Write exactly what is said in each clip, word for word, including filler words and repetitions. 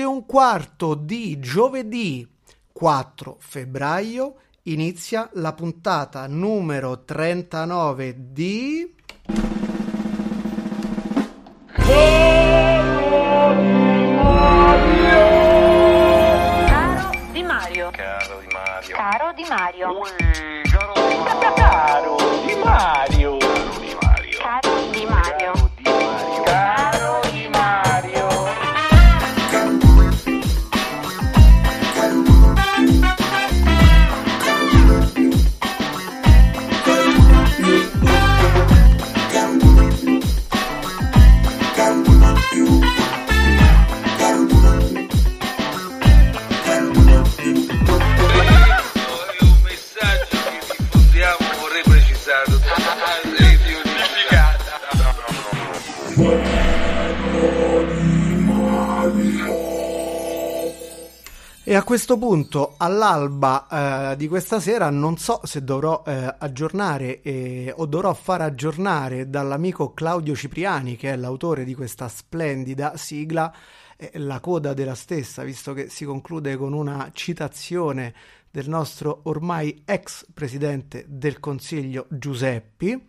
e un quarto di giovedì quattro febbraio inizia la puntata numero trentanove di Caro Di Mario. Caro Di Mario. Caro Di Mario. Ui, caro Di Caro Mario. Di Mario. Caro Di Mario. Caro Di Mario. Caro Di Mario. Caro Di Mario. E a questo punto, all'alba eh, di questa sera, non so se dovrò eh, aggiornare eh, o dovrò far aggiornare dall'amico Claudio Cipriani, che è l'autore di questa splendida sigla, eh, la coda della stessa, visto che si conclude con una citazione del nostro ormai ex presidente del Consiglio Giuseppi,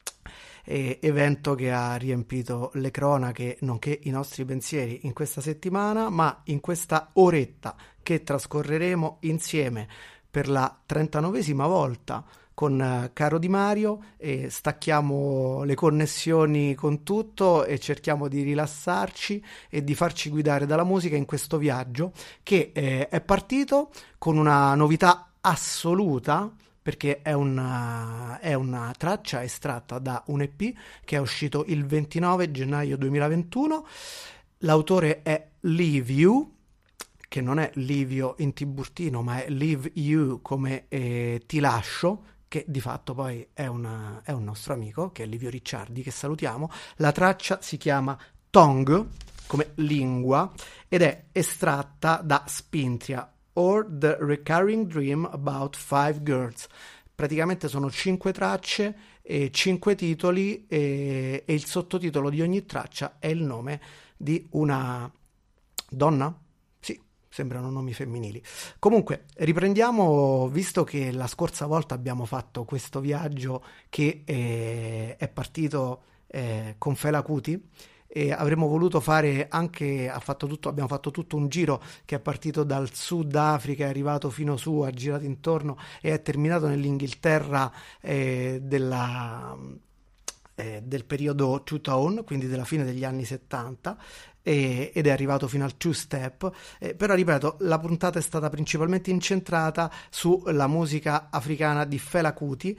eh, evento che ha riempito le cronache nonché i nostri pensieri in questa settimana, ma in questa oretta che trascorreremo insieme per la trentanovesima volta con eh, Caro Di Mario, e stacchiamo le connessioni con tutto e cerchiamo di rilassarci e di farci guidare dalla musica in questo viaggio che eh, è partito con una novità assoluta, perché è una, è una traccia estratta da un E P che è uscito il ventinove gennaio duemilaventuno. L'autore è Leave You, che non è Livio in Tiburtino, ma è Leave You come eh, ti lascio, che di fatto poi è, una, è un nostro amico, che è Livio Ricciardi, che salutiamo. La traccia si chiama Tongue, come lingua, ed è estratta da Spintria, or The Recurring Dream About Five Girls. Praticamente sono cinque tracce e cinque titoli, e, e il sottotitolo di ogni traccia è il nome di una donna? Sì, sembrano nomi femminili. Comunque, riprendiamo, visto che la scorsa volta abbiamo fatto questo viaggio che eh, è partito eh, con Fela Kuti, e avremmo voluto fare anche, ha fatto tutto, abbiamo fatto tutto un giro che è partito dal Sudafrica, è arrivato fino su, ha girato intorno e è terminato nell'Inghilterra eh, della, eh, del periodo Two Tone, quindi della fine degli anni settanta, e, ed è arrivato fino al Two Step, eh, però ripeto, la puntata è stata principalmente incentrata sulla musica africana di Fela Kuti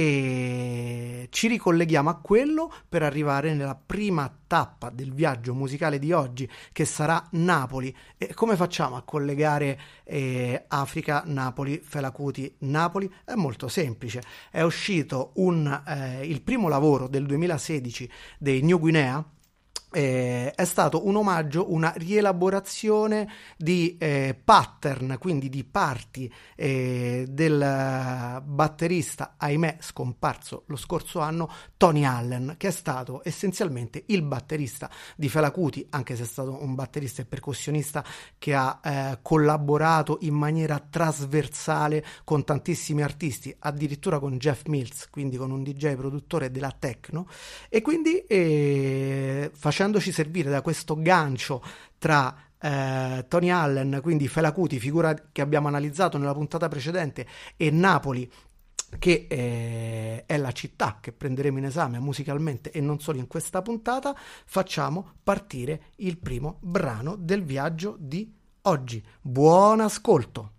e ci ricolleghiamo a quello per arrivare nella prima tappa del viaggio musicale di oggi, che sarà Napoli. E come facciamo a collegare eh, Africa, Napoli, Fela Kuti, Napoli? È molto semplice, è uscito un, eh, il primo lavoro del duemilasedici dei New Guinea. Eh, è stato un omaggio, una rielaborazione di eh, pattern, quindi di parti eh, del batterista, ahimè scomparso lo scorso anno, Tony Allen, che è stato essenzialmente il batterista di Fela Kuti, anche se è stato un batterista e percussionista che ha eh, collaborato in maniera trasversale con tantissimi artisti, addirittura con Jeff Mills, quindi con un D J produttore della techno, e quindi eh, facendoci servire da questo gancio tra eh, Tony Allen, quindi Fela Kuti, figura che abbiamo analizzato nella puntata precedente, e Napoli, che eh, è la città che prenderemo in esame musicalmente e non solo in questa puntata, facciamo partire il primo brano del viaggio di oggi. Buon ascolto!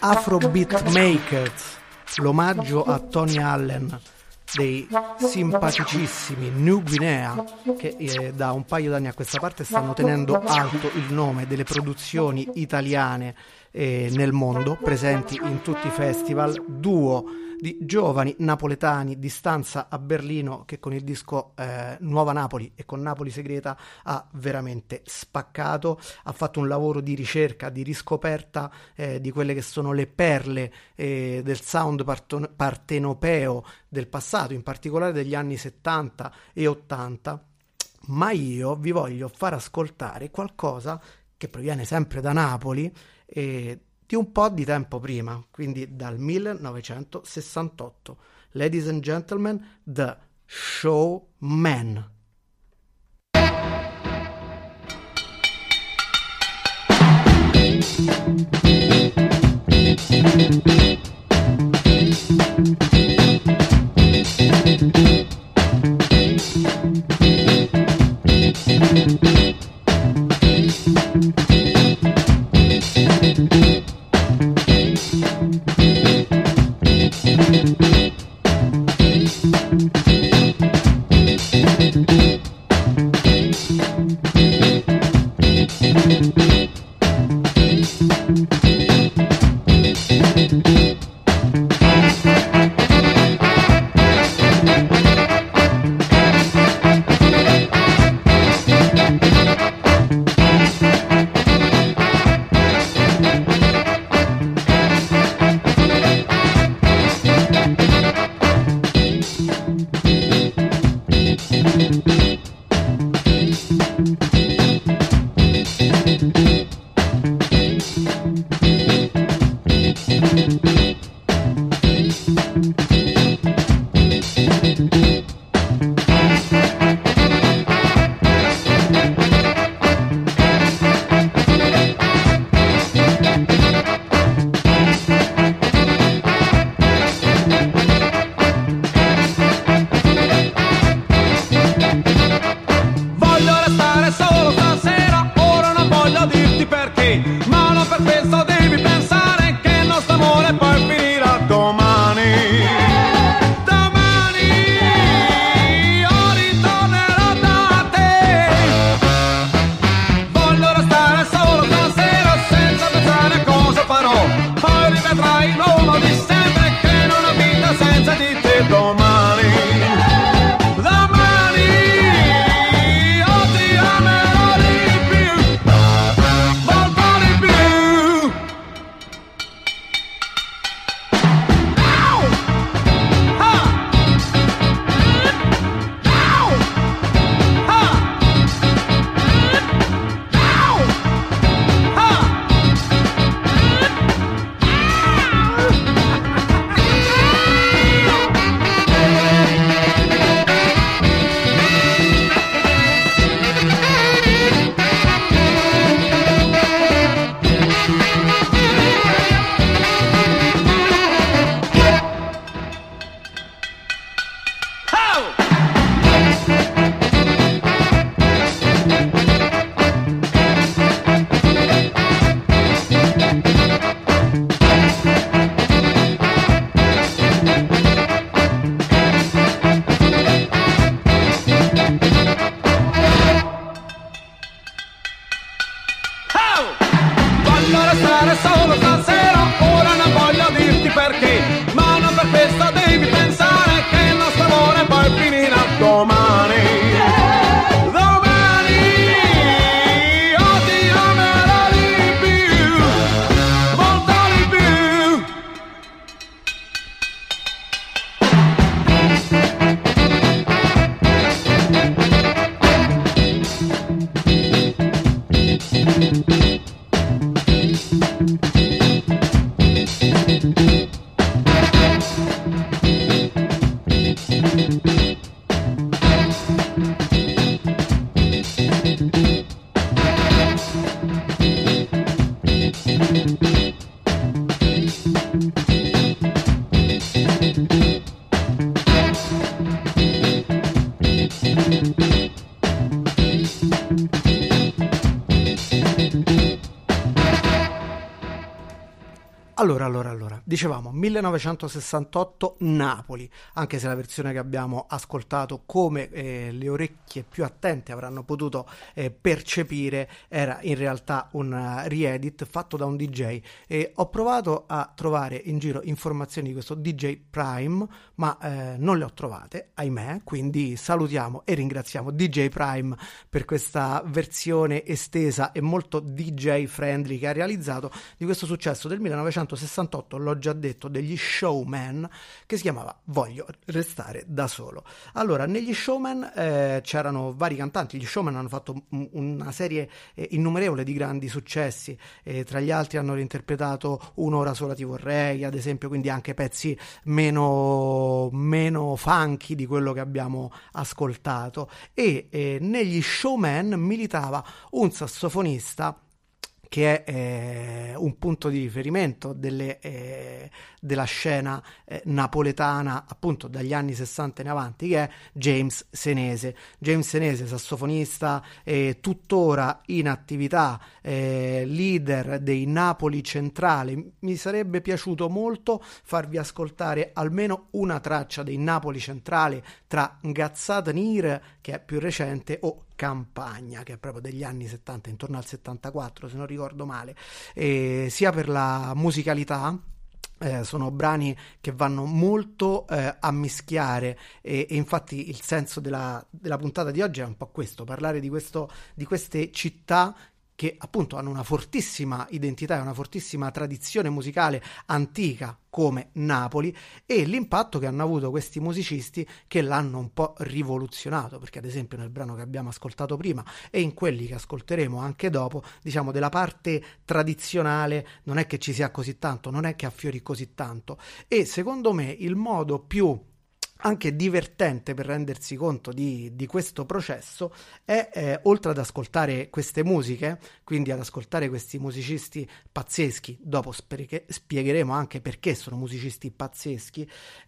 Afrobeat Makers, l'omaggio a Tony Allen dei simpaticissimi New Guinea, che eh, da un paio d'anni a questa parte stanno tenendo alto il nome delle produzioni italiane eh, nel mondo, presenti in tutti i festival, duo di giovani napoletani di stanza a Berlino che con il disco eh, Nuova Napoli e con Napoli Segreta ha veramente spaccato, ha fatto un lavoro di ricerca, di riscoperta eh, di quelle che sono le perle eh, del sound parton- partenopeo del passato, in particolare degli anni settanta e ottanta, ma io vi voglio far ascoltare qualcosa che proviene sempre da Napoli e di un po' di tempo prima, quindi dal millenovecentosessantotto. Ladies and gentlemen, The Showman. Thank you. Allora, allora, allora, dicevamo millenovecentosessantotto Napoli, anche se la versione che abbiamo ascoltato, come eh, le orecchie più attente avranno potuto eh, percepire, era in realtà un uh, re-edit fatto da un D J, e ho provato a trovare in giro informazioni di questo D J Prime, ma eh, non le ho trovate, ahimè, quindi salutiamo e ringraziamo D J Prime per questa versione estesa e molto D J friendly che ha realizzato di questo successo del millenovecentosessantotto, l'ho già detto, degli Showman, che si chiamava Voglio restare da solo. Allora, negli Showman eh, c'erano vari cantanti. Gli Showman hanno fatto m- una serie eh, innumerevole di grandi successi, eh, tra gli altri hanno reinterpretato Un'ora sola ti vorrei, ad esempio, quindi anche pezzi meno, meno funky di quello che abbiamo ascoltato, e eh, negli Showman militava un sassofonista che è eh, un punto di riferimento delle, eh, della scena eh, napoletana appunto dagli anni sessanta in avanti, che è James Senese. James Senese, sassofonista eh, tuttora in attività, eh, leader dei Napoli Centrale. Mi sarebbe piaciuto molto farvi ascoltare almeno una traccia dei Napoli Centrale, tra Ngazzata Nir, che è più recente, o Campagna, che è proprio degli anni settanta, intorno al settantaquattro se non ricordo male, e sia per la musicalità. Eh, sono brani che vanno molto eh, a mischiare, e, e infatti il senso della, della puntata di oggi è un po' questo, parlare di, questo, di queste città che appunto hanno una fortissima identità e una fortissima tradizione musicale antica come Napoli, e l'impatto che hanno avuto questi musicisti che l'hanno un po' rivoluzionato, perché ad esempio nel brano che abbiamo ascoltato prima e in quelli che ascolteremo anche dopo, diciamo, della parte tradizionale non è che ci sia così tanto, non è che affiori così tanto, e secondo me il modo più anche divertente per rendersi conto di, di questo processo è, eh, oltre ad ascoltare queste musiche, quindi ad ascoltare questi musicisti pazzeschi, dopo spere- spiegheremo anche perché sono musicisti pazzeschi,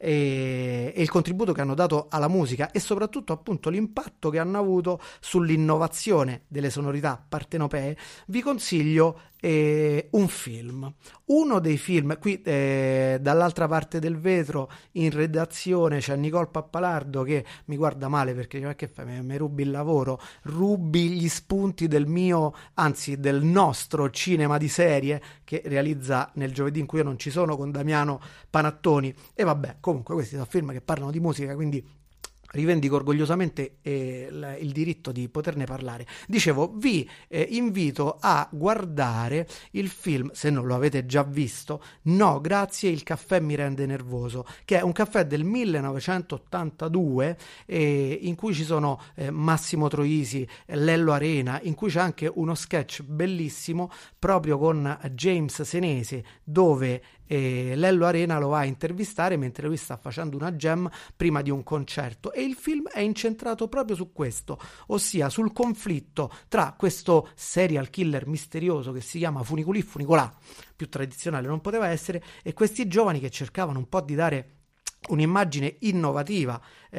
e, e il contributo che hanno dato alla musica, e soprattutto appunto l'impatto che hanno avuto sull'innovazione delle sonorità partenopee, vi consiglio eh, un film. Uno dei film, qui eh, dall'altra parte del vetro in redazione c'è Nicole Pappalardo che mi guarda male perché dice: ma che fai, mi rubi il lavoro, rubi gli spunti del mio, anzi del nostro cinema di serie che realizza nel giovedì in cui io non ci sono, con Damiano Panattoni. E vabbè, comunque questi sono film che parlano di musica, quindi rivendico orgogliosamente eh, l- il diritto di poterne parlare. Dicevo, vi eh, invito a guardare il film, se non lo avete già visto, No grazie, il caffè mi rende nervoso, che è un caffè del millenovecentottantadue eh, in cui ci sono eh, Massimo Troisi, Lello Arena, in cui c'è anche uno sketch bellissimo proprio con James Senese, dove e Lello Arena lo va a intervistare mentre lui sta facendo una jam prima di un concerto, e il film è incentrato proprio su questo, ossia sul conflitto tra questo serial killer misterioso che si chiama Funiculì Funicolà, più tradizionale non poteva essere, e questi giovani che cercavano un po' di dare un'immagine innovativa,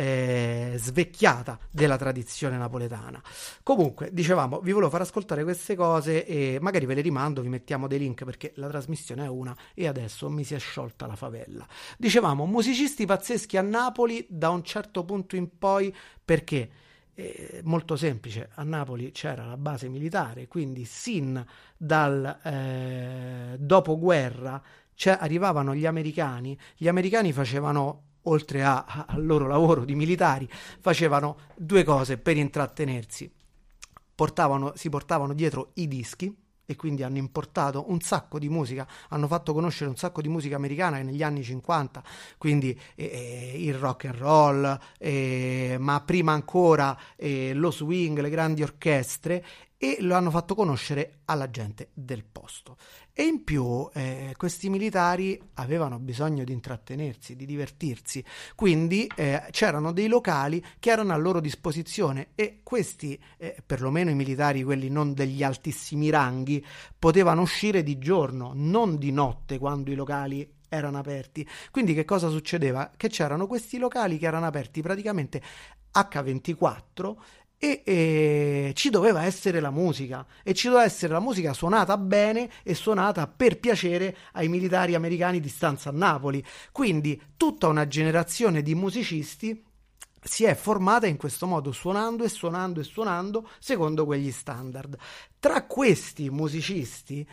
eh, svecchiata della tradizione napoletana. Comunque, dicevamo, vi volevo far ascoltare queste cose e magari ve le rimando, vi mettiamo dei link perché la trasmissione è una e adesso mi si è sciolta la favella. Dicevamo, musicisti pazzeschi a Napoli da un certo punto in poi, perché è molto semplice, a Napoli c'era la base militare, quindi sin dal eh, dopoguerra Cioè, arrivavano gli americani, gli americani facevano, oltre a, a, al loro lavoro di militari, facevano due cose per intrattenersi. Portavano, si portavano dietro i dischi, e quindi hanno importato un sacco di musica, hanno fatto conoscere un sacco di musica americana negli anni cinquanta, quindi eh, il rock and roll, eh, ma prima ancora eh, lo swing, le grandi orchestre, e lo hanno fatto conoscere alla gente del posto. E in più eh, questi militari avevano bisogno di intrattenersi, di divertirsi, quindi eh, c'erano dei locali che erano a loro disposizione, e questi, eh, perlomeno i militari, quelli non degli altissimi ranghi, potevano uscire di giorno, non di notte quando i locali erano aperti. Quindi che cosa succedeva? Che c'erano questi locali che erano aperti praticamente acca ventiquattro, e, e ci doveva essere la musica, e ci doveva essere la musica suonata bene e suonata per piacere ai militari americani di stanza a Napoli. Quindi tutta una generazione di musicisti si è formata in questo modo, suonando e suonando e suonando secondo quegli standard. Tra questi musicisti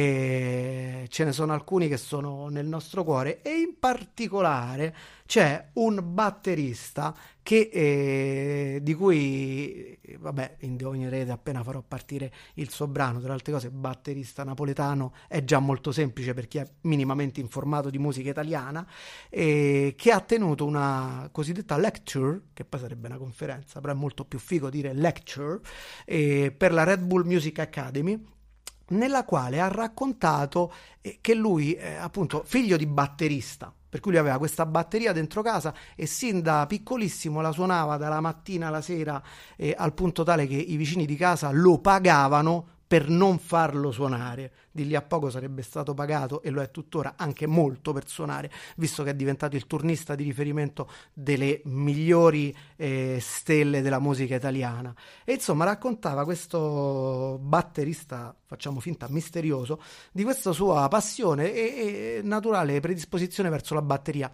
eh, ce ne sono alcuni che sono nel nostro cuore, e in particolare c'è un batterista che, eh, di cui, vabbè, indovinerete appena farò partire il suo brano. Tra le altre cose, batterista napoletano è già molto semplice per chi è minimamente informato di musica italiana, eh, che ha tenuto una cosiddetta lecture, che poi sarebbe una conferenza, però è molto più figo dire lecture, eh, per la Red Bull Music Academy, nella quale ha raccontato eh, che lui è appunto figlio di batterista, per cui lui aveva questa batteria dentro casa e sin da piccolissimo la suonava dalla mattina alla sera, eh, al punto tale che i vicini di casa lo pagavano per non farlo suonare. Di lì a poco sarebbe stato pagato, e lo è tuttora, anche molto per suonare, visto che è diventato il turnista di riferimento delle migliori eh, stelle della musica italiana. E insomma raccontava questo batterista, facciamo finta misterioso, di questa sua passione e, e naturale predisposizione verso la batteria,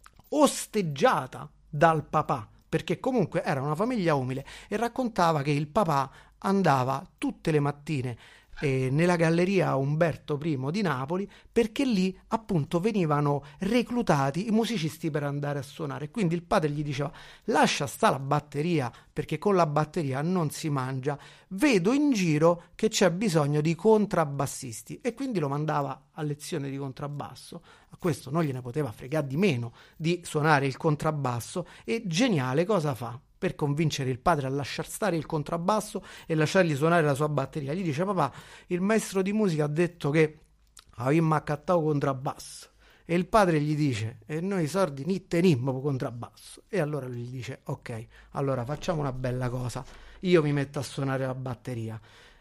osteggiata dal papà, perché comunque era una famiglia umile, e raccontava che il papà andava tutte le mattine eh, nella galleria Umberto primo di Napoli, perché lì appunto venivano reclutati i musicisti per andare a suonare. Quindi il padre gli diceva: lascia sta la batteria, perché con la batteria non si mangia, vedo in giro che c'è bisogno di contrabbassisti, e quindi lo mandava a lezione di contrabbasso. A questo non gliene poteva fregare di meno di suonare il contrabbasso, e geniale cosa fa? Per convincere il padre a lasciar stare il contrabbasso e lasciargli suonare la sua batteria, gli dice: papà, il maestro di musica ha detto che avemmo accattato contrabbasso. E il padre gli dice: e noi sordi ni tenimmo contrabbasso. E allora lui gli dice: ok, allora facciamo una bella cosa, io mi metto a suonare la batteria.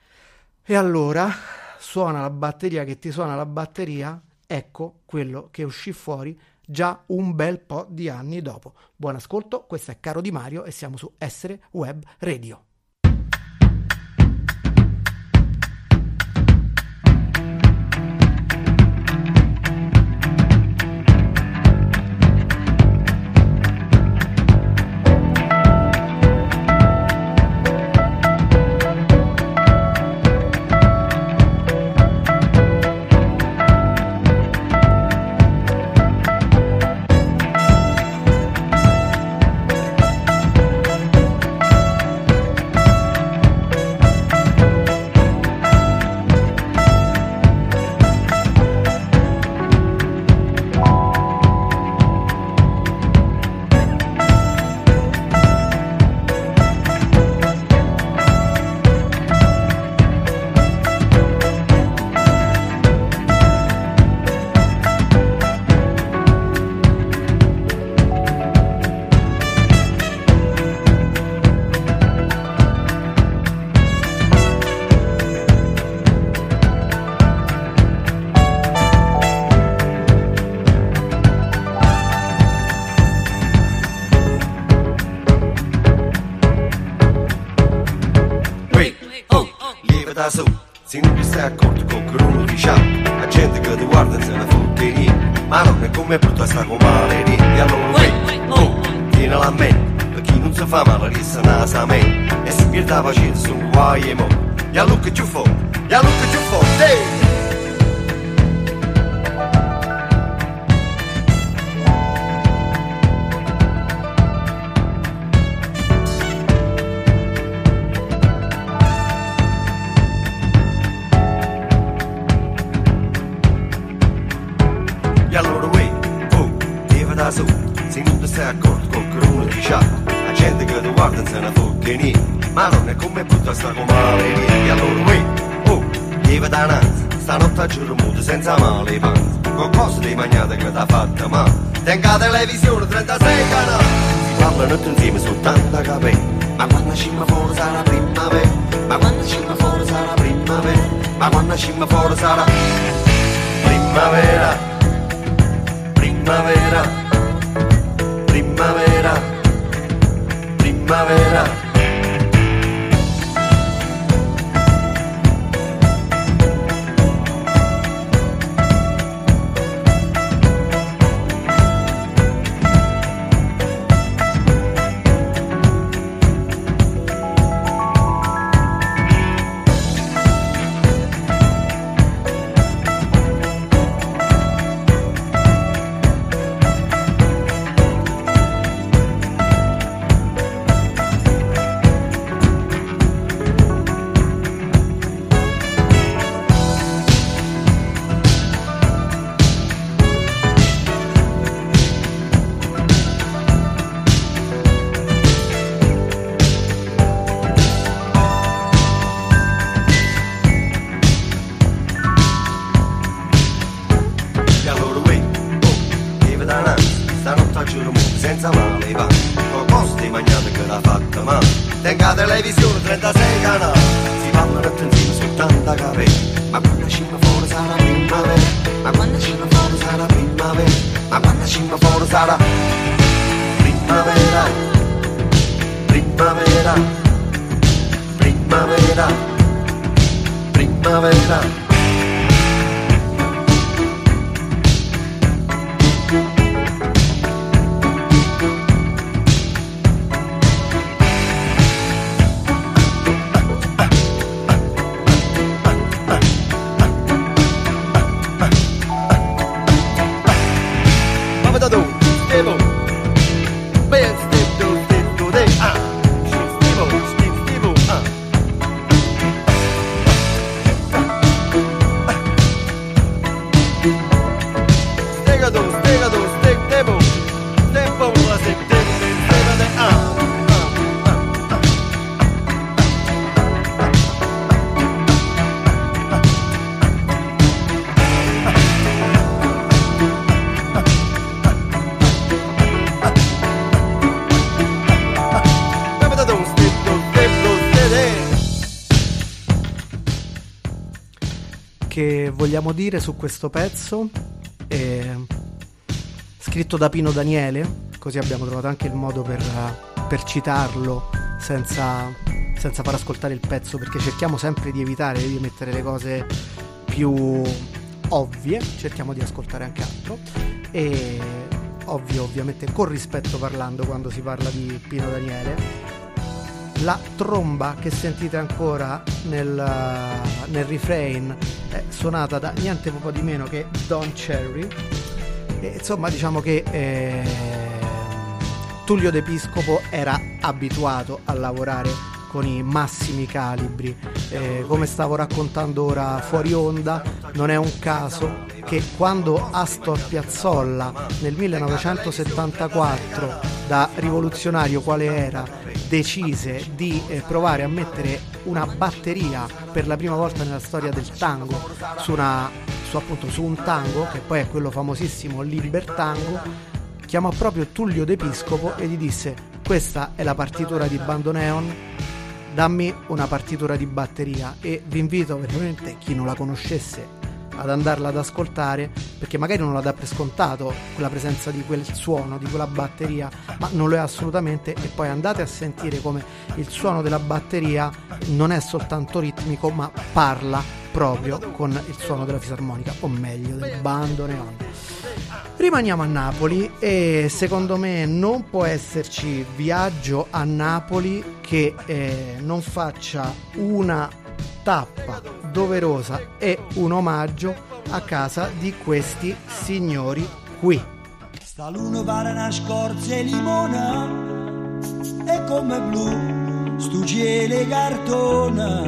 E allora suona la batteria che ti suona la batteria. Ecco quello che uscì fuori già un bel po' di anni dopo. Buon ascolto, questo è Caro Di Mario e siamo su Essere Web Radio. Se non ti stai accorto con che uno ti sciacca, la gente che ti guarda se ne fotte niente, ma non è come brutta sta con male niente. E allora wait, oh, tienila a mente, per chi non si fa male resta nasa a me, e si pierde la pazienza su un guai e mo. Ya look at you for, ya look at you for, hey! Se non ti stai accorto con che uno ti sciacca, la gente che ti guarda se ne fotte niente, ma non è come brutta sta con male niente. E allora wait, oh, lieva da nanza, stanotte a giorno muto senza male i panzi, con cose di magnate che t'ha fatta male. Tenga televisione trentasei canali, si parlano tutti insieme soltanto capelli, ma quando scimma fuori sarà primavera, ma quando scimma fuori sarà primavera, ma quando scimma fuori sarà primavera, primavera. Primavera, primavera, trentasei canali, si ballano attenzione su tanta capelli. Ma quando cima fuori sarà primavera, ma quando cima fuori sarà primavera, ma quando cima fuori sarà primavera, primavera, primavera, primavera. Che vogliamo dire su questo pezzo, è scritto da Pino Daniele, così abbiamo trovato anche il modo per, per citarlo senza, senza far ascoltare il pezzo, perché cerchiamo sempre di evitare di mettere le cose più ovvie, cerchiamo di ascoltare anche altro, e ovvio ovviamente con rispetto parlando quando si parla di Pino Daniele. La tromba che sentite ancora nel, nel refrain è suonata da niente poco di meno che Don Cherry, e insomma diciamo che eh, Tullio De Piscopo era abituato a lavorare con i massimi calibri, eh, come stavo raccontando ora fuori onda, non è un caso che quando Astor Piazzolla nel millenovecentosettantaquattro, da rivoluzionario quale era, decise di eh, provare a mettere una batteria per la prima volta nella storia del tango su, una, su, appunto, su un tango che poi è quello famosissimo Libertango, chiamò proprio Tullio De Piscopo e gli disse: questa è la partitura di Bandoneon, dammi una partitura di batteria. E vi invito veramente, chi non la conoscesse, ad andarla ad ascoltare, perché magari non la dà per scontato quella presenza di quel suono, di quella batteria, ma non lo è assolutamente. E poi andate a sentire come il suono della batteria non è soltanto ritmico, ma parla proprio con il suono della fisarmonica, o meglio del bandoneon. Rimaniamo a Napoli e secondo me non può esserci viaggio a Napoli che eh, non faccia una tappa doverosa e un omaggio a casa di questi signori qui. Sta luna pare una scorza e limona, e come blu stu cielo cartona,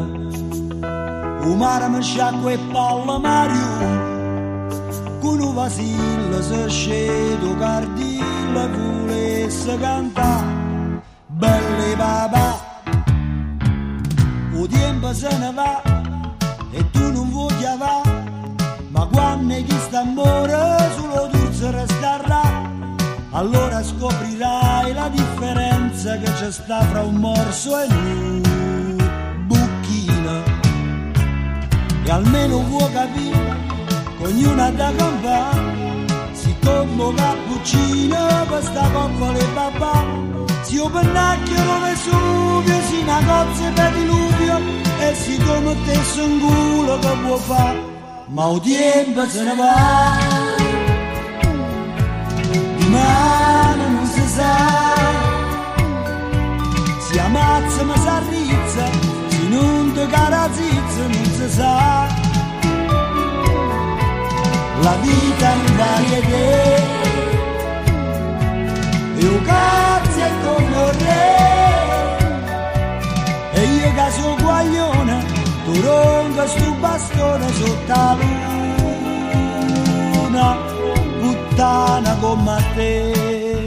o mare mi sciacqua e palla Mario, con un vasillo se scedo cardilla volesse cantare, belle papà. O tempo se ne va e tu non vuoi va, ma quando chi sta amore solo tu se resterà, allora scoprirai la differenza che c'è sta fra un morso e un bucchino. E almeno vuoi capire che ognuna da campare si tomba cappuccino per sta coppola e babà. Si un pennacchio Vesuvio, si una cozza per diluvio, e si commettesse un culo che può fare, ma il tempo se ne va, di mano non si sa, si ammazza ma si arrizza, si non ti carazzizza non si sa, la vita in varietà. Io cazzo è come un re, e io che sono guaglione, tu ronca stu bastone sotto la luna, puttana come te.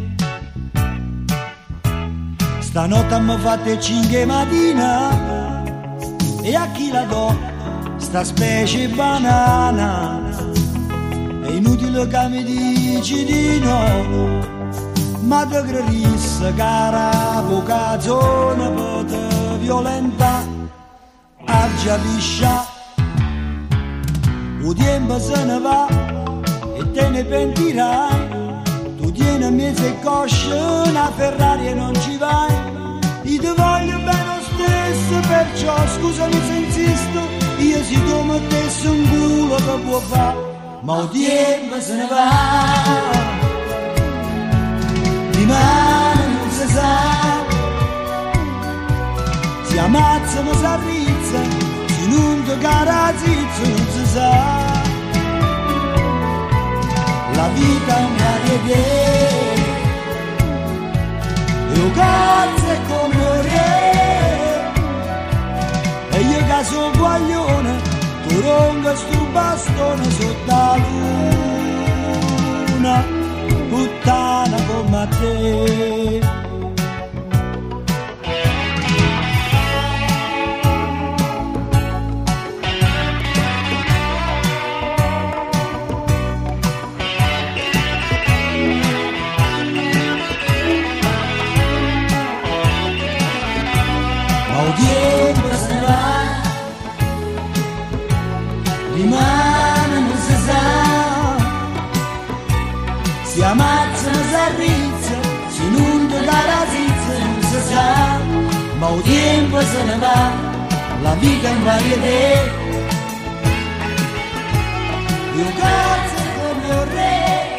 Stanotte mi fate cinque mattina, e a chi la do sta specie banana, è inutile che mi dici di no, ma te credisse che era poca zona per te violenta a già liscia. Il tempo se ne va e te ne pentirai. Tu tieni mezzo e cosce una Ferrari e non ci vai. Io ti voglio bene lo stesso, perciò scusami se insisto. Io si tu mettessi un culo che può fare, ma il tempo se ne va. Rimane non si sa, si ammazza ma si arrizza, si non ti carazizza non si sa. La vita è una riede e un cazzo è come re. E io che sono guaglione, tu ronca sto bastone sotto la luna, puttana come te. Rimane non si sa, si ammazza non si arrizza, si non ti dà la zizza non si sa, ma il tempo se ne va, la vita in varietà. Io cazzo come un re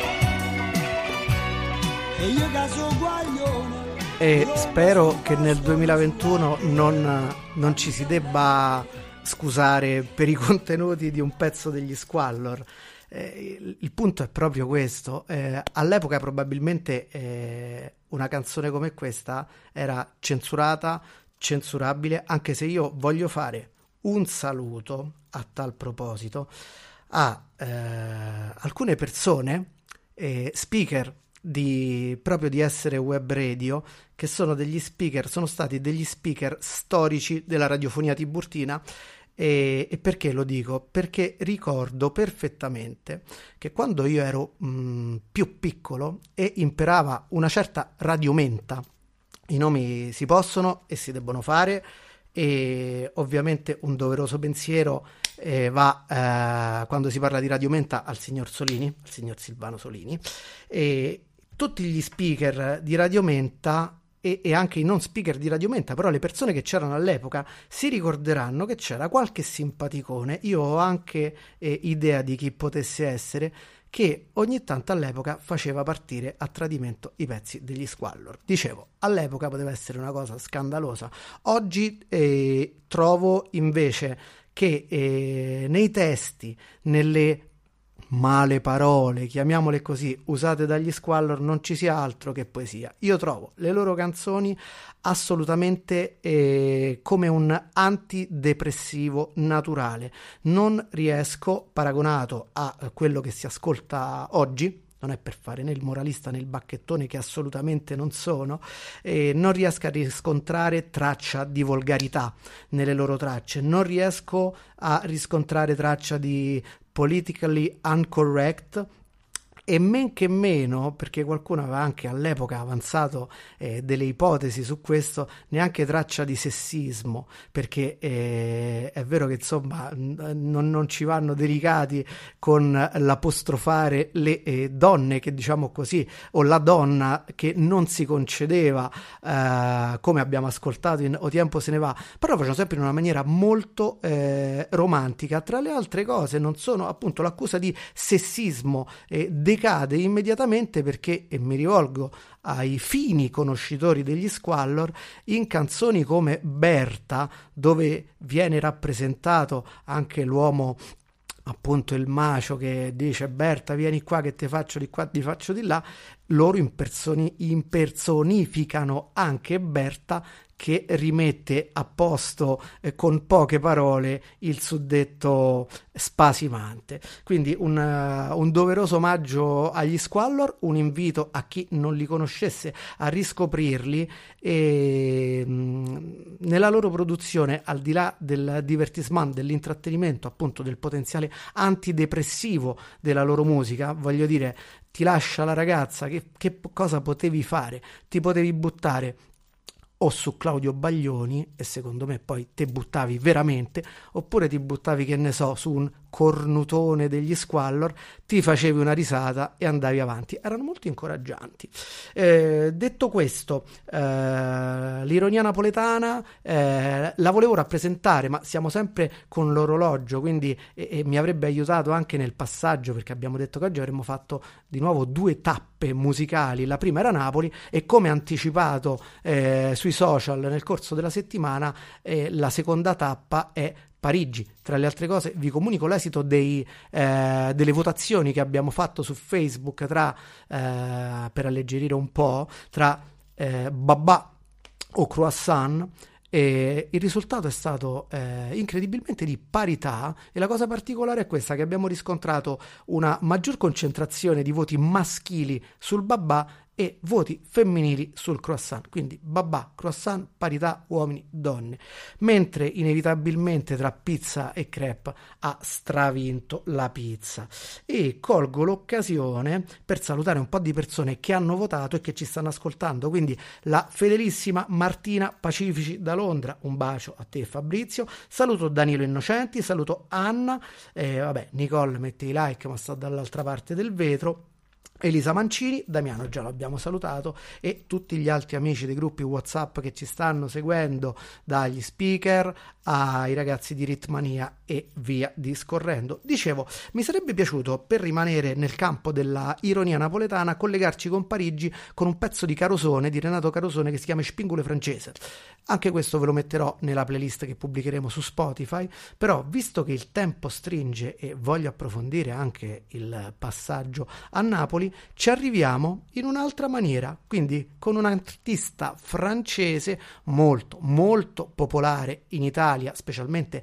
e io caso guaglione. E spero che nel duemilaventuno non, non ci si debba scusare per i contenuti di un pezzo degli Squallor. Eh, il, il punto è proprio questo. Eh, all'epoca probabilmente eh, una canzone come questa era censurata, censurabile, anche se io voglio fare un saluto a tal proposito a eh, alcune persone, eh, speaker di proprio di Essere Web Radio, che sono degli speaker, sono stati degli speaker storici della radiofonia tiburtina. E, e perché lo dico? Perché ricordo perfettamente che quando io ero mh, più piccolo e imperava una certa radiomenta, i nomi si possono e si debbono fare, e ovviamente un doveroso pensiero eh, va eh, quando si parla di radiomenta al signor Solini, al signor Silvano Solini, e tutti gli speaker di radiomenta e, e anche i non speaker di radiomenta, però le persone che c'erano all'epoca si ricorderanno che c'era qualche simpaticone, io ho anche eh, idea di chi potesse essere, che ogni tanto all'epoca faceva partire a tradimento i pezzi degli Squallor. Dicevo, all'epoca poteva essere una cosa scandalosa. Oggi eh, trovo invece che eh, nei testi, nelle male parole, chiamiamole così, usate dagli Squallor, non ci sia altro che poesia. Io trovo le loro canzoni assolutamente eh, come un antidepressivo naturale. Non riesco, paragonato a quello che si ascolta oggi, non è per fare né il moralista né il bacchettone, che assolutamente non sono, eh, non riesco a riscontrare traccia di volgarità nelle loro tracce, non riesco a riscontrare traccia di politically incorrect, e men che meno, perché qualcuno aveva anche all'epoca avanzato eh, delle ipotesi su questo, neanche traccia di sessismo, perché eh, è vero che insomma non, non ci vanno delicati con l'apostrofare le eh, donne, che diciamo così, o la donna che non si concedeva, eh, come abbiamo ascoltato in O Tempo se ne va, però lo facciano sempre in una maniera molto eh, romantica. Tra le altre cose non sono, appunto, l'accusa di sessismo eh, decade immediatamente perché, e mi rivolgo ai fini conoscitori degli Squallor, in canzoni come Berta, dove viene rappresentato anche l'uomo, appunto il macio, che dice Berta vieni qua che ti faccio di qua, ti faccio di là, loro impersoni- impersonificano anche Berta, che rimette a posto eh, con poche parole il suddetto spasimante. Quindi un, uh, un doveroso omaggio agli Squallor, un invito a chi non li conoscesse a riscoprirli, e mh, nella loro produzione, al di là del divertissement, dell'intrattenimento, appunto del potenziale antidepressivo della loro musica, voglio dire, ti lascia la ragazza, che, che cosa potevi fare? Ti potevi buttare o su Claudio Baglioni, e secondo me poi te buttavi veramente, oppure ti buttavi, che ne so, su un cornutone degli Squallor, ti facevi una risata e andavi avanti. Erano molto incoraggianti. Eh, detto questo, eh, l'ironia napoletana eh, la volevo rappresentare, ma siamo sempre con l'orologio, quindi e, e mi avrebbe aiutato anche nel passaggio, perché abbiamo detto che oggi avremmo fatto di nuovo due tappe musicali. La prima era Napoli e, come anticipato eh, sui social nel corso della settimana, eh, la seconda tappa è Parigi. Tra le altre cose vi comunico l'esito dei, eh, delle votazioni che abbiamo fatto su Facebook tra, eh, per alleggerire un po', tra eh, Babà o Croissant, e il risultato è stato eh, incredibilmente di parità, e la cosa particolare è questa, che abbiamo riscontrato una maggior concentrazione di voti maschili sul Babà e voti femminili sul Croissant, quindi Babà, Croissant, parità uomini-donne, mentre inevitabilmente tra pizza e crepe ha stravinto la pizza. E colgo l'occasione per salutare un po' di persone che hanno votato e che ci stanno ascoltando, quindi la fedelissima Martina Pacifici da Londra, un bacio a te Fabrizio, saluto Danilo Innocenti, saluto Anna, eh, vabbè, Nicole mette i like ma sta dall'altra parte del vetro, Elisa Mancini, Damiano già l'abbiamo salutato, e tutti gli altri amici dei gruppi WhatsApp che ci stanno seguendo, dagli speaker ai ragazzi di Ritmania e via discorrendo. Dicevo, mi sarebbe piaciuto, per rimanere nel campo della ironia napoletana, collegarci con Parigi con un pezzo di Carosone, di Renato Carosone, che si chiama Spingule francese. Anche questo ve lo metterò nella playlist che pubblicheremo su Spotify, però visto che il tempo stringe e voglio approfondire anche il passaggio a Napoli, ci arriviamo in un'altra maniera, quindi con un artista francese molto molto popolare in Italia, specialmente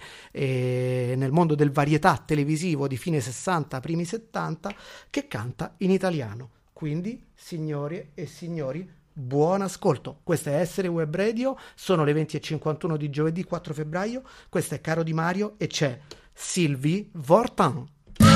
eh, nel mondo del varietà televisivo di fine sessanta, primi settanta, che canta in italiano. Quindi, signore e signori, buon ascolto. Questa è Essere Web Radio, sono le venti e cinquantuno di giovedì quattro febbraio, questo è Caro Di Mario e c'è Sylvie Vartan.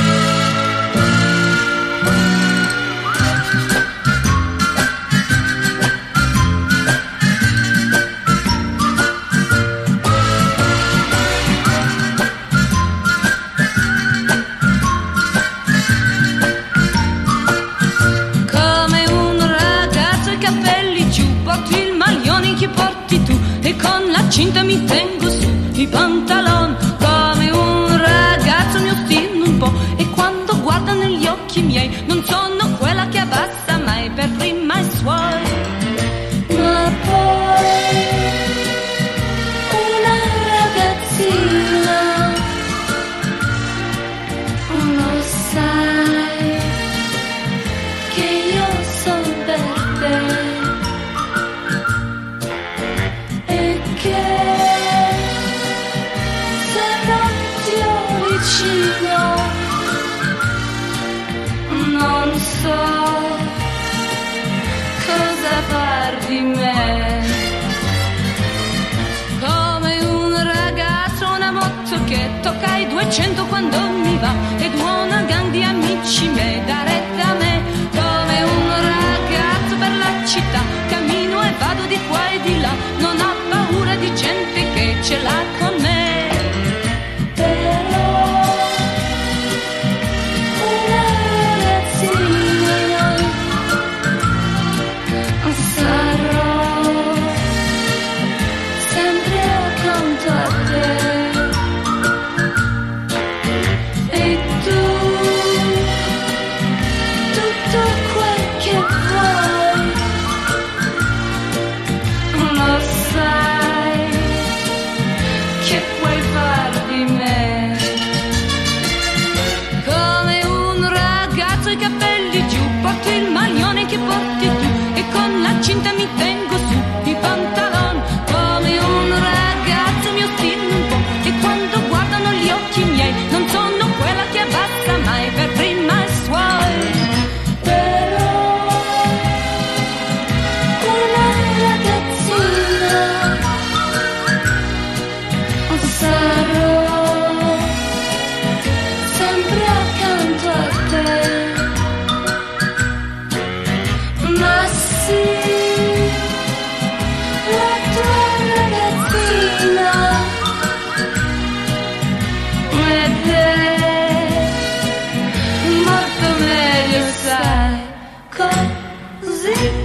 Cinta mi tengo su i pantalon, come un ragazzo mi ostino un po', e quando guarda negli occhi miei non sono quella che abbassa mai per prima i suoi. Ma poi una ragazzina, lo sai che io sono per te. Non so cosa far di me, come un ragazzo, una moto che tocca i duecento quando mi va, ed una gang di amici miei da retta a me, come un ragazzo per la città, cammino e vado di qua e di là, non ho paura di gente che ce l'ha con me. come te, molto meglio sai così.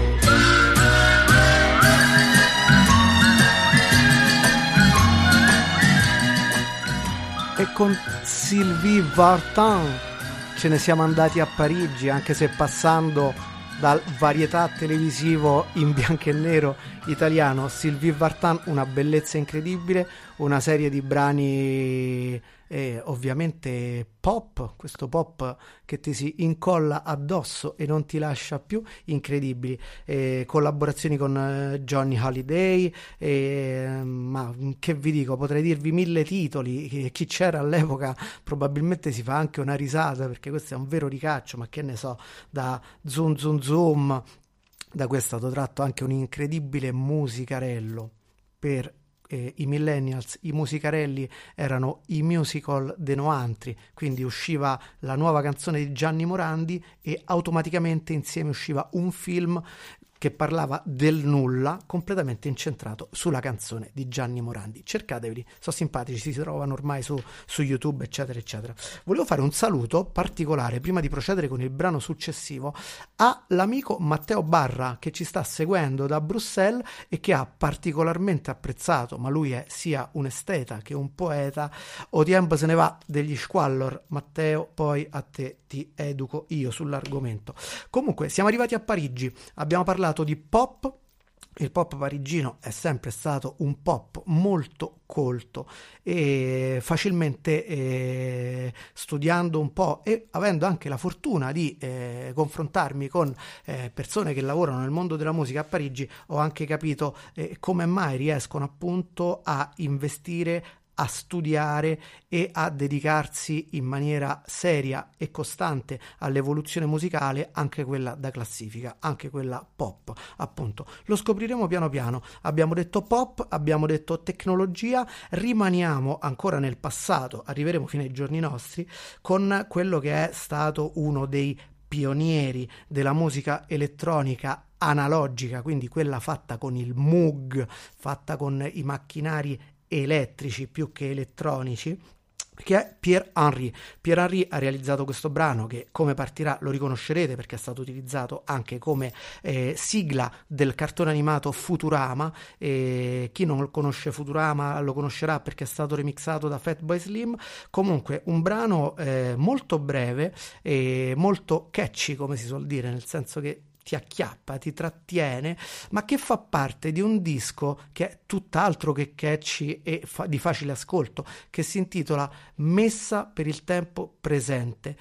E con Sylvie Vartan ce ne siamo andati a Parigi, anche se passando dal varietà televisivo in bianco e nero italiano. Sylvie Vartan, una bellezza incredibile, una serie di brani eh, ovviamente pop, questo pop che ti si incolla addosso e non ti lascia più, incredibili, eh, collaborazioni con eh, Johnny Hallyday, eh, ma che vi dico, potrei dirvi mille titoli, eh, chi c'era all'epoca probabilmente si fa anche una risata perché questo è un vero ricaccio, ma che ne so, da Zoom Zoom Zoom. Da questo è stato tratto anche un incredibile musicarello per eh, i millennials. I musicarelli erano i musical dei noantri, quindi usciva la nuova canzone di Gianni Morandi e automaticamente insieme usciva un film che parlava del nulla, completamente incentrato sulla canzone di Gianni Morandi. Cercateveli, sono simpatici, si trovano ormai su, su YouTube, eccetera, eccetera. Volevo fare un saluto particolare, prima di procedere con il brano successivo, all'amico Matteo Barra, che ci sta seguendo da Bruxelles e che ha particolarmente apprezzato, ma lui è sia un esteta che un poeta, O tempo se ne va degli Squallor. Matteo, poi a te ti educo io sull'argomento. Comunque, siamo arrivati a Parigi, abbiamo parlato di pop. Il pop parigino è sempre stato un pop molto colto e facilmente eh, studiando un po' e avendo anche la fortuna di eh, confrontarmi con eh, persone che lavorano nel mondo della musica a Parigi, ho anche capito eh, come mai riescono appunto a investire, a studiare e a dedicarsi in maniera seria e costante all'evoluzione musicale, anche quella da classifica, anche quella pop, appunto. Lo scopriremo piano piano. Abbiamo detto pop, abbiamo detto tecnologia, rimaniamo ancora nel passato, arriveremo fino ai giorni nostri con quello che è stato uno dei pionieri della musica elettronica analogica, quindi quella fatta con il Moog, fatta con i macchinari elettrici più che elettronici, che è Pierre Henry. Pierre Henry ha realizzato questo brano che, come partirà, lo riconoscerete perché è stato utilizzato anche come eh, sigla del cartone animato Futurama. E chi non conosce Futurama lo conoscerà perché è stato remixato da Fatboy Slim. Comunque un brano eh, molto breve e molto catchy, come si suol dire, nel senso che ti acchiappa, ti trattiene, ma che fa parte di un disco che è tutt'altro che catchy e fa- di facile ascolto, che si intitola Messa per il tempo presente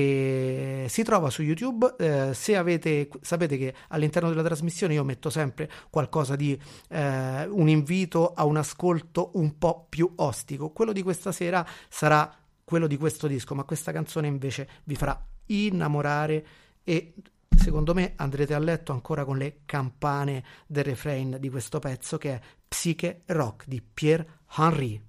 e si trova su YouTube. Eh, se avete, sapete che all'interno della trasmissione io metto sempre qualcosa di eh, un invito a un ascolto un po' più ostico. Quello di questa sera sarà quello di questo disco, ma questa canzone invece vi farà innamorare e secondo me andrete a letto ancora con le campane del refrain di questo pezzo, che è Psyche Rock di Pierre Henry.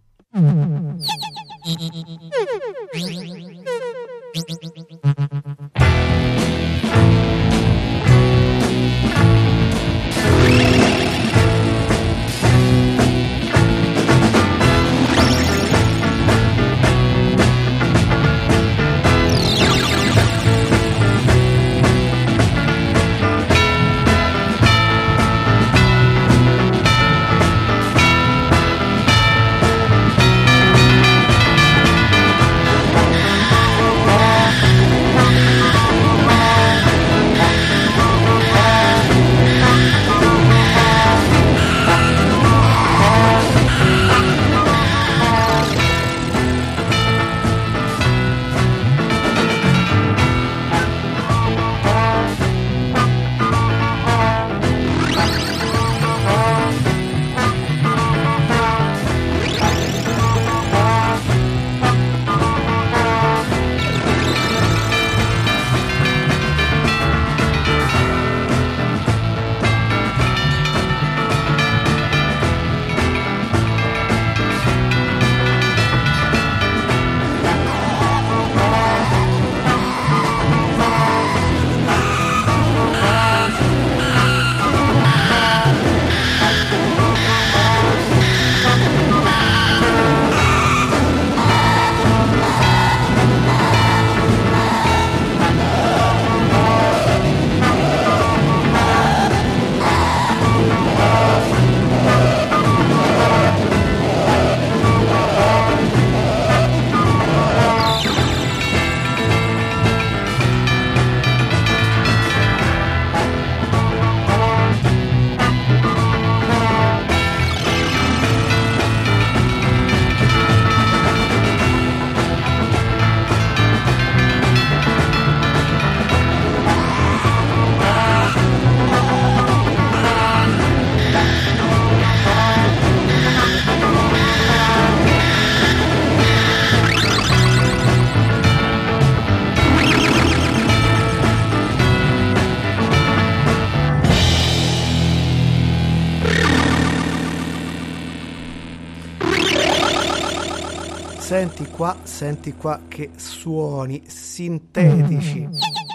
senti qua, senti qua che suoni sintetici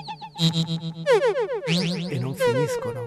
e non finiscono.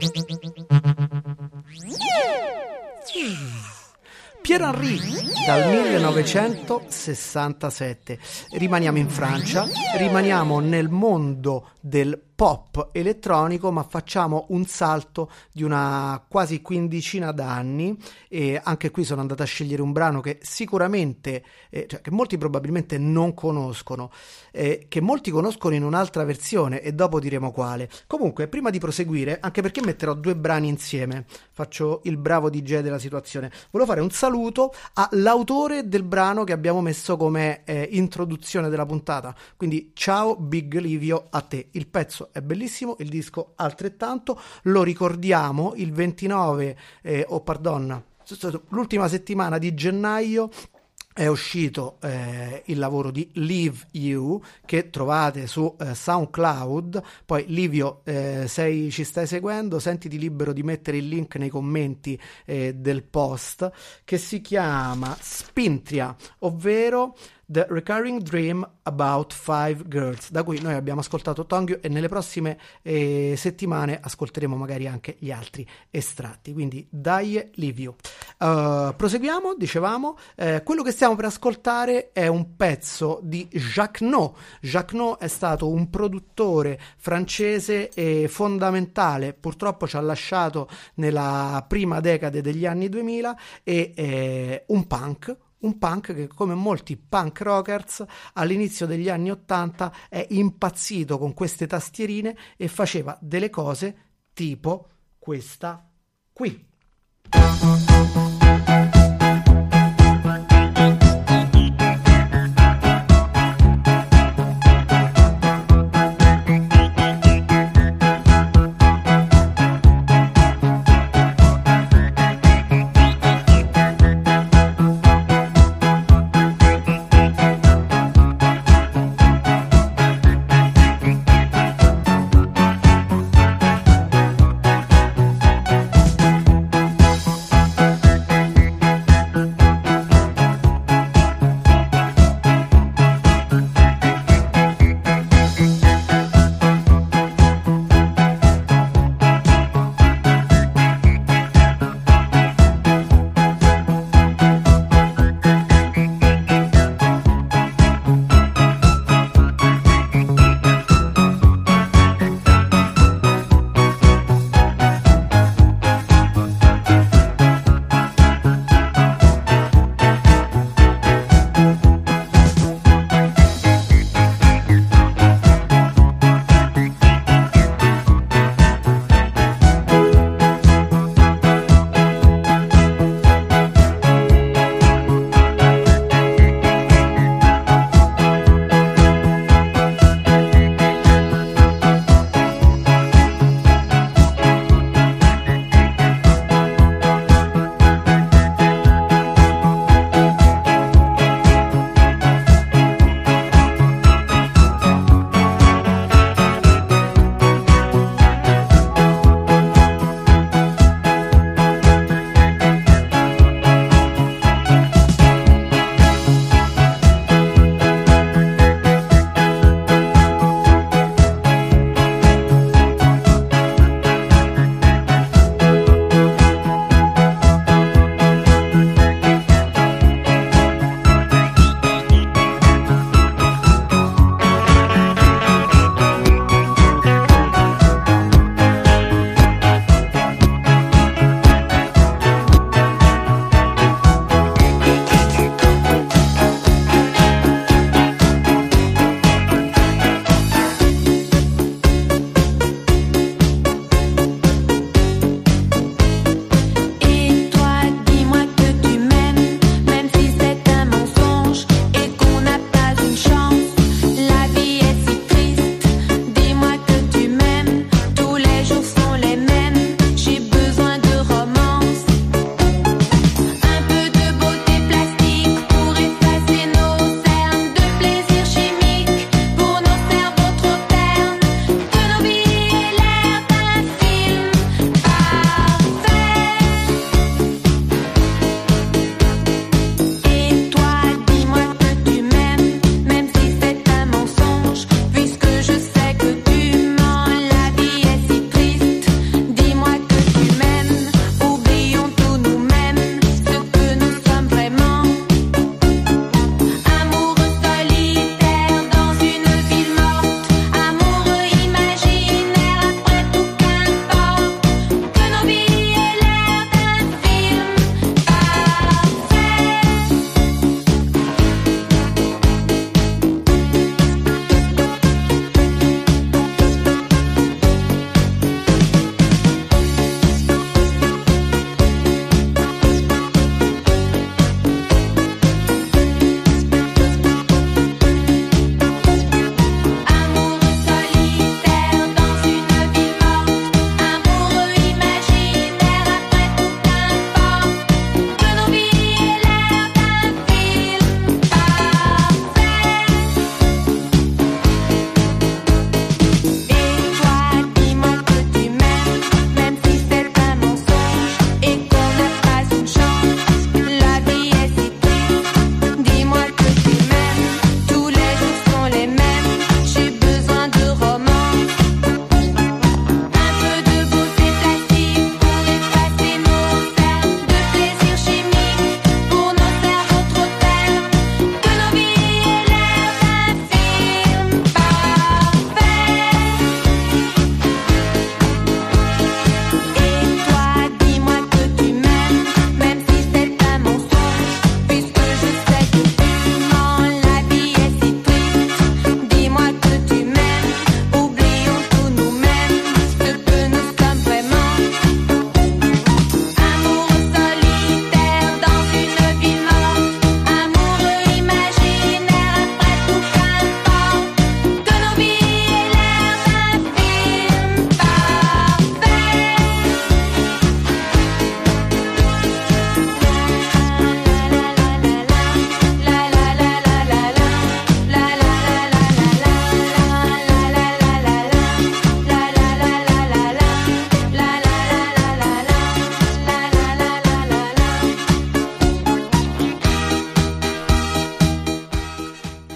Pierre Henry dal millenovecentosessantasette. Rimaniamo in Francia, rimaniamo nel mondo del pop elettronico, ma facciamo un salto di una quasi quindicina d'anni, e anche qui sono andata a scegliere un brano che sicuramente, eh, cioè che molti probabilmente non conoscono, eh, che molti conoscono in un'altra versione e dopo diremo quale. Comunque, prima di proseguire, anche perché metterò due brani insieme, faccio il bravo D J della situazione, volevo fare un saluto all'autore del brano che abbiamo messo come eh, introduzione della puntata, quindi ciao Big Livio a te. Il pezzo è bellissimo, il disco altrettanto, lo ricordiamo il ventinove eh, o oh, pardon, l'ultima settimana di gennaio è uscito eh, il lavoro di Leave You, che trovate su eh, SoundCloud. Poi Livio, eh, sei, ci stai seguendo, sentiti libero di mettere il link nei commenti eh, del post, che si chiama Spintria, ovvero The Recurring Dream About Five Girls, da cui noi abbiamo ascoltato Tongue, e nelle prossime eh, settimane ascolteremo magari anche gli altri estratti. Quindi dai Livio. Uh, proseguiamo, dicevamo, eh, quello che stiamo per ascoltare è un pezzo di Jacques No. Jacques No è stato un produttore francese e fondamentale, purtroppo ci ha lasciato nella prima decade degli anni duemila, e eh, un punk Un punk che, come molti punk rockers, all'inizio degli anni ottanta è impazzito con queste tastierine e faceva delle cose tipo questa qui.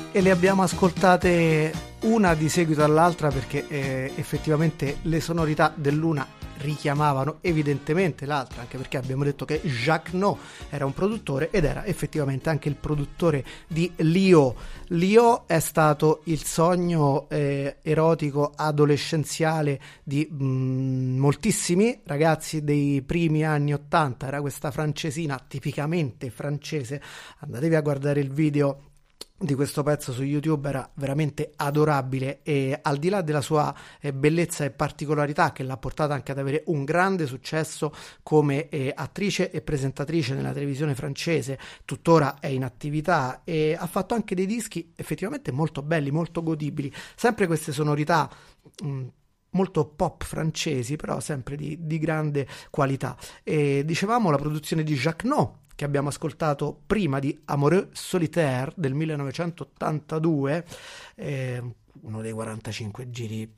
e le abbiamo ascoltate una di seguito all'altra perché eh, effettivamente le sonorità dell'una richiamavano evidentemente l'altra, anche perché abbiamo detto che Jacques No era un produttore ed era effettivamente anche il produttore di Lio. Lio è stato il sogno eh, erotico adolescenziale di mh, moltissimi ragazzi dei primi anni ottanta. Era questa francesina tipicamente francese, andatevi a guardare il video di questo pezzo su YouTube, era veramente adorabile e al di là della sua eh, bellezza e particolarità che l'ha portata anche ad avere un grande successo come eh, attrice e presentatrice nella televisione francese, tuttora è in attività e ha fatto anche dei dischi effettivamente molto belli, molto godibili, sempre queste sonorità mh, molto pop francesi, però sempre di, di grande qualità. E dicevamo la produzione di Jacques No, che abbiamo ascoltato prima, di Amoureux Solitaire del millenovecentottantadue, eh, uno dei quarantacinque giri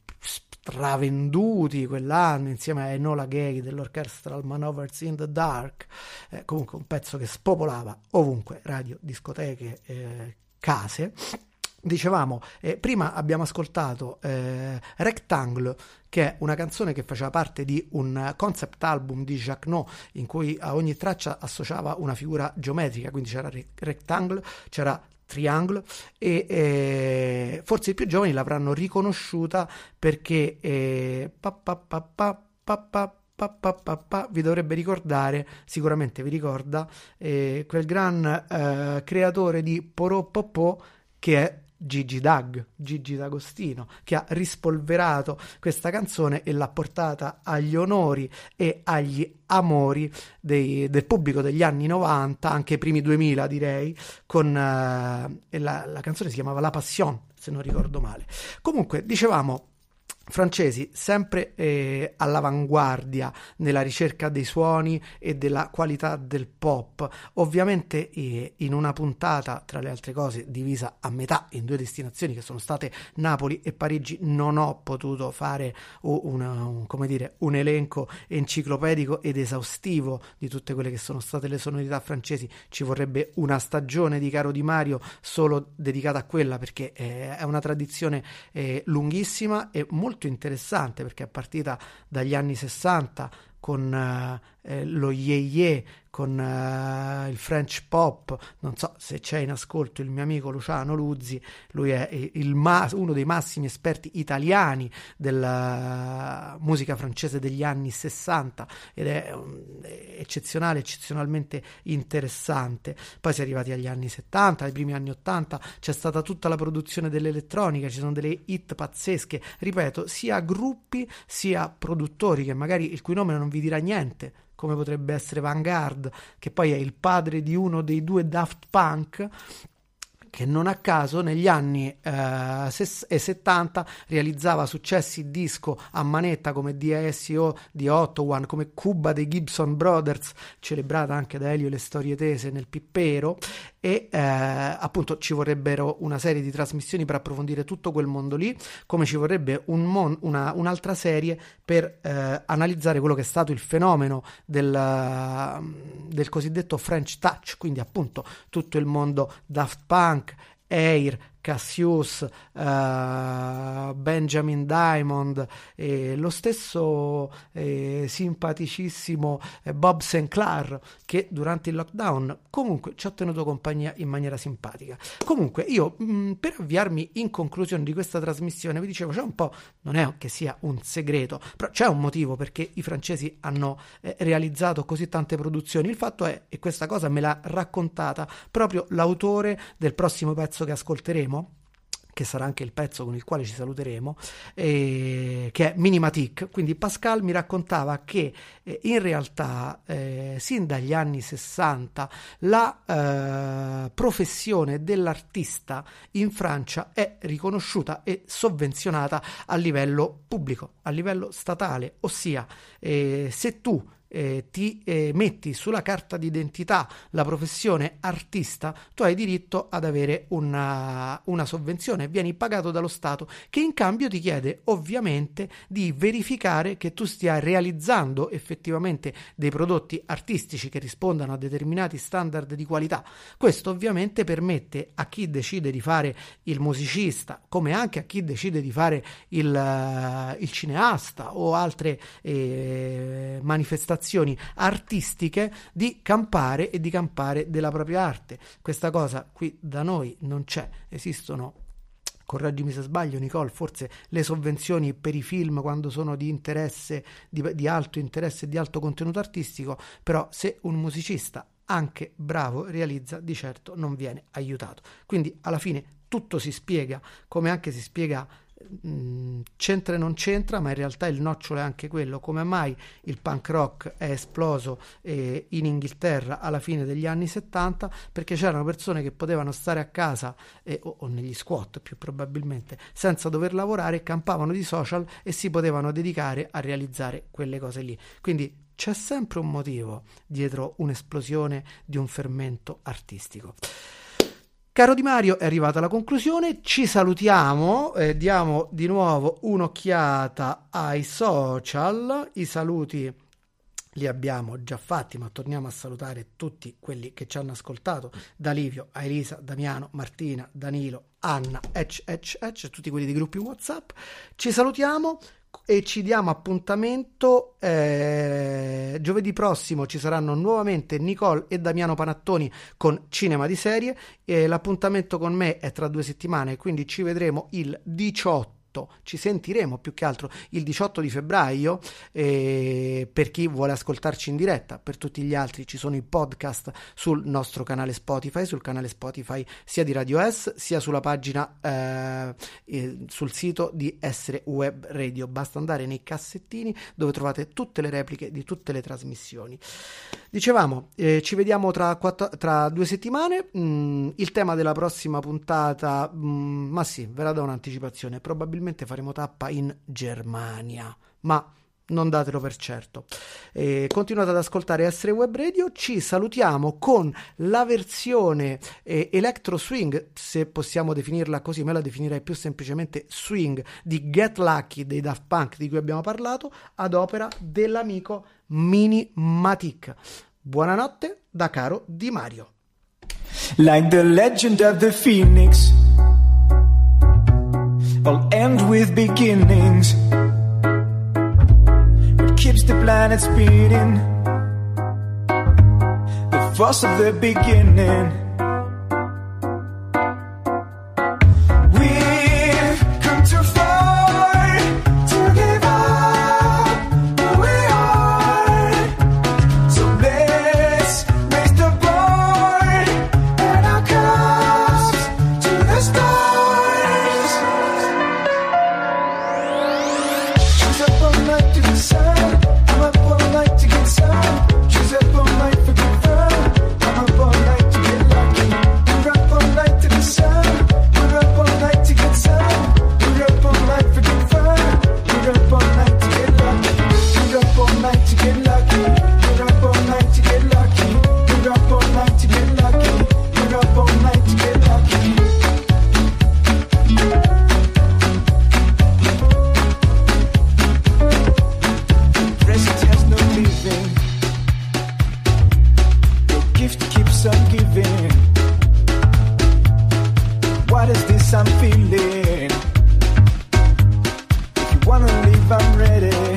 stravenduti quell'anno, insieme a Enola Gay dell'Orchestral Manovers in the Dark, eh, comunque un pezzo che spopolava ovunque, radio, discoteche, eh, case. Dicevamo, eh, prima abbiamo ascoltato eh, Rectangle, che è una canzone che faceva parte di un concept album di Jacques No, in cui a ogni traccia associava una figura geometrica, quindi c'era Rectangle, c'era Triangle e eh, forse i più giovani l'avranno riconosciuta perché eh, pa, pa, pa, pa, pa, pa, Pa, pa, pa, pa, vi dovrebbe ricordare, sicuramente vi ricorda, eh, quel gran eh, creatore di Poropopò che è Gigi Dag, Gigi D'Agostino, che ha rispolverato questa canzone e l'ha portata agli onori e agli amori dei, del pubblico degli anni novanta, anche i primi duemila direi, con eh, e la, la canzone si chiamava La Passion, se non ricordo male. Comunque, dicevamo, francesi sempre eh, all'avanguardia nella ricerca dei suoni e della qualità del pop, ovviamente eh, in una puntata, tra le altre cose, divisa a metà in due destinazioni che sono state Napoli e Parigi, non ho potuto fare una, un, come dire, un elenco enciclopedico ed esaustivo di tutte quelle che sono state le sonorità francesi. Ci vorrebbe una stagione di Caro Di Mario solo dedicata a quella, perché eh, è una tradizione eh, lunghissima e molto interessante, perché è partita dagli anni sessanta con eh, lo Ye Ye, con eh, il French pop. Non so se c'è in ascolto il mio amico Luciano Luzzi, lui è il ma- uno dei massimi esperti italiani della musica francese degli anni sessanta ed è um, eccezionale, eccezionalmente interessante. Poi si è arrivati agli anni settanta, ai primi anni ottanta, c'è stata tutta la produzione dell'elettronica, ci sono delle hit pazzesche, ripeto, sia gruppi sia produttori che magari il cui nome non vi dirà niente, come potrebbe essere Vanguard, che poi è il padre di uno dei due Daft Punk, che non a caso negli anni eh, settanta realizzava successi disco a manetta come D A S O di Otto One, come Cuba dei Gibson Brothers, celebrata anche da Elio Le Storie Tese nel Pippero, e eh, appunto ci vorrebbero una serie di trasmissioni per approfondire tutto quel mondo lì, come ci vorrebbe un mon- una, un'altra serie per eh, analizzare quello che è stato il fenomeno del, del cosiddetto French Touch, quindi appunto tutto il mondo Daft Punk, Air, Cassius, uh, Benjamin Diamond e lo stesso eh, simpaticissimo eh, Bob Sinclair, che durante il lockdown comunque ci ha tenuto compagnia in maniera simpatica. Comunque io mh, per avviarmi in conclusione di questa trasmissione vi dicevo, c'è un po', non è che sia un segreto, però c'è un motivo perché i francesi hanno eh, realizzato così tante produzioni. Il fatto è, e questa cosa me l'ha raccontata proprio l'autore del prossimo pezzo che ascolteremo, che sarà anche il pezzo con il quale ci saluteremo, eh, che è Minimatic. Quindi Pascal mi raccontava che eh, in realtà eh, sin dagli anni sessanta la eh, professione dell'artista in Francia è riconosciuta e sovvenzionata a livello pubblico, a livello statale, ossia eh, se tu eh, ti eh, metti sulla carta d'identità la professione artista, tu hai diritto ad avere una, una sovvenzione, vieni pagato dallo Stato, che in cambio ti chiede ovviamente di verificare che tu stia realizzando effettivamente dei prodotti artistici che rispondano a determinati standard di qualità. Questo ovviamente permette a chi decide di fare il musicista, come anche a chi decide di fare il, uh, il cineasta o altre eh, manifestazioni artistiche, di campare e di campare della propria arte. Questa cosa qui da noi non c'è, esistono, correggimi se sbaglio Nicole, forse le sovvenzioni per i film quando sono di interesse, di, di alto interesse e di alto contenuto artistico, però se un musicista anche bravo realizza, di certo non viene aiutato. Quindi alla fine tutto si spiega, come anche si spiega mh, c'entra e non c'entra, ma in realtà il nocciolo è anche quello: come mai il punk rock è esploso eh, in Inghilterra alla fine degli anni settanta, perché c'erano persone che potevano stare a casa eh, o, o negli squat più probabilmente, senza dover lavorare, campavano di social e si potevano dedicare a realizzare quelle cose lì. Quindi c'è sempre un motivo dietro un'esplosione di un fermento artistico. Caro Di Mario, è arrivata la conclusione, ci salutiamo, eh, diamo di nuovo un'occhiata ai social, i saluti li abbiamo già fatti, ma torniamo a salutare tutti quelli che ci hanno ascoltato, da Livio a Elisa, Damiano, Martina, Danilo, Anna, ecc, ecc, ecc, tutti quelli dei gruppi WhatsApp. Ci salutiamo e ci diamo appuntamento eh, giovedì prossimo. Ci saranno nuovamente Nicole e Damiano Panattoni con Cinema di Serie, e l'appuntamento con me è tra due settimane, quindi ci vedremo il diciotto, ci sentiremo più che altro il diciotto di febbraio, eh, per chi vuole ascoltarci in diretta. Per tutti gli altri ci sono i podcast sul nostro canale Spotify, sul canale Spotify sia di Radio S sia sulla pagina eh, eh, sul sito di Essere Web Radio. Basta andare nei cassettini dove trovate tutte le repliche di tutte le trasmissioni. Dicevamo, eh, ci vediamo tra, quattro, tra due settimane. Mm, il tema della prossima puntata, mm, ma sì, verrà da un'anticipazione, probabilmente faremo tappa in Germania, ma non datelo per certo. Eh, continuate ad ascoltare Essere Web Radio, ci salutiamo con la versione eh, electro swing, se possiamo definirla così, me la definirei più semplicemente swing, di Get Lucky dei Daft Punk, di cui abbiamo parlato, ad opera dell'amico Mini Matic. Buonanotte da caro Di Mario. Like the legend of the phoenix, all end with beginnings. What keeps the planet spinning? The force of the beginning. We've come too far to give up who we are. So let's raise the bar and our cups to the stars. She's up all night to the sun, I'm up all night to get some. She's up all night for good fun, I'm up all night to get lucky. We're up all night to the sun, we're up all night to get some. We're up all night for good fun, we're up all night to get lucky. We're up all night to get lucky. We're up all night to get lucky. We're up all night to get lucky. We're up all night to get lucky. Present has no living. Your gift keeps on giving. What is this I'm feeling? If you wanna leave, I'm ready.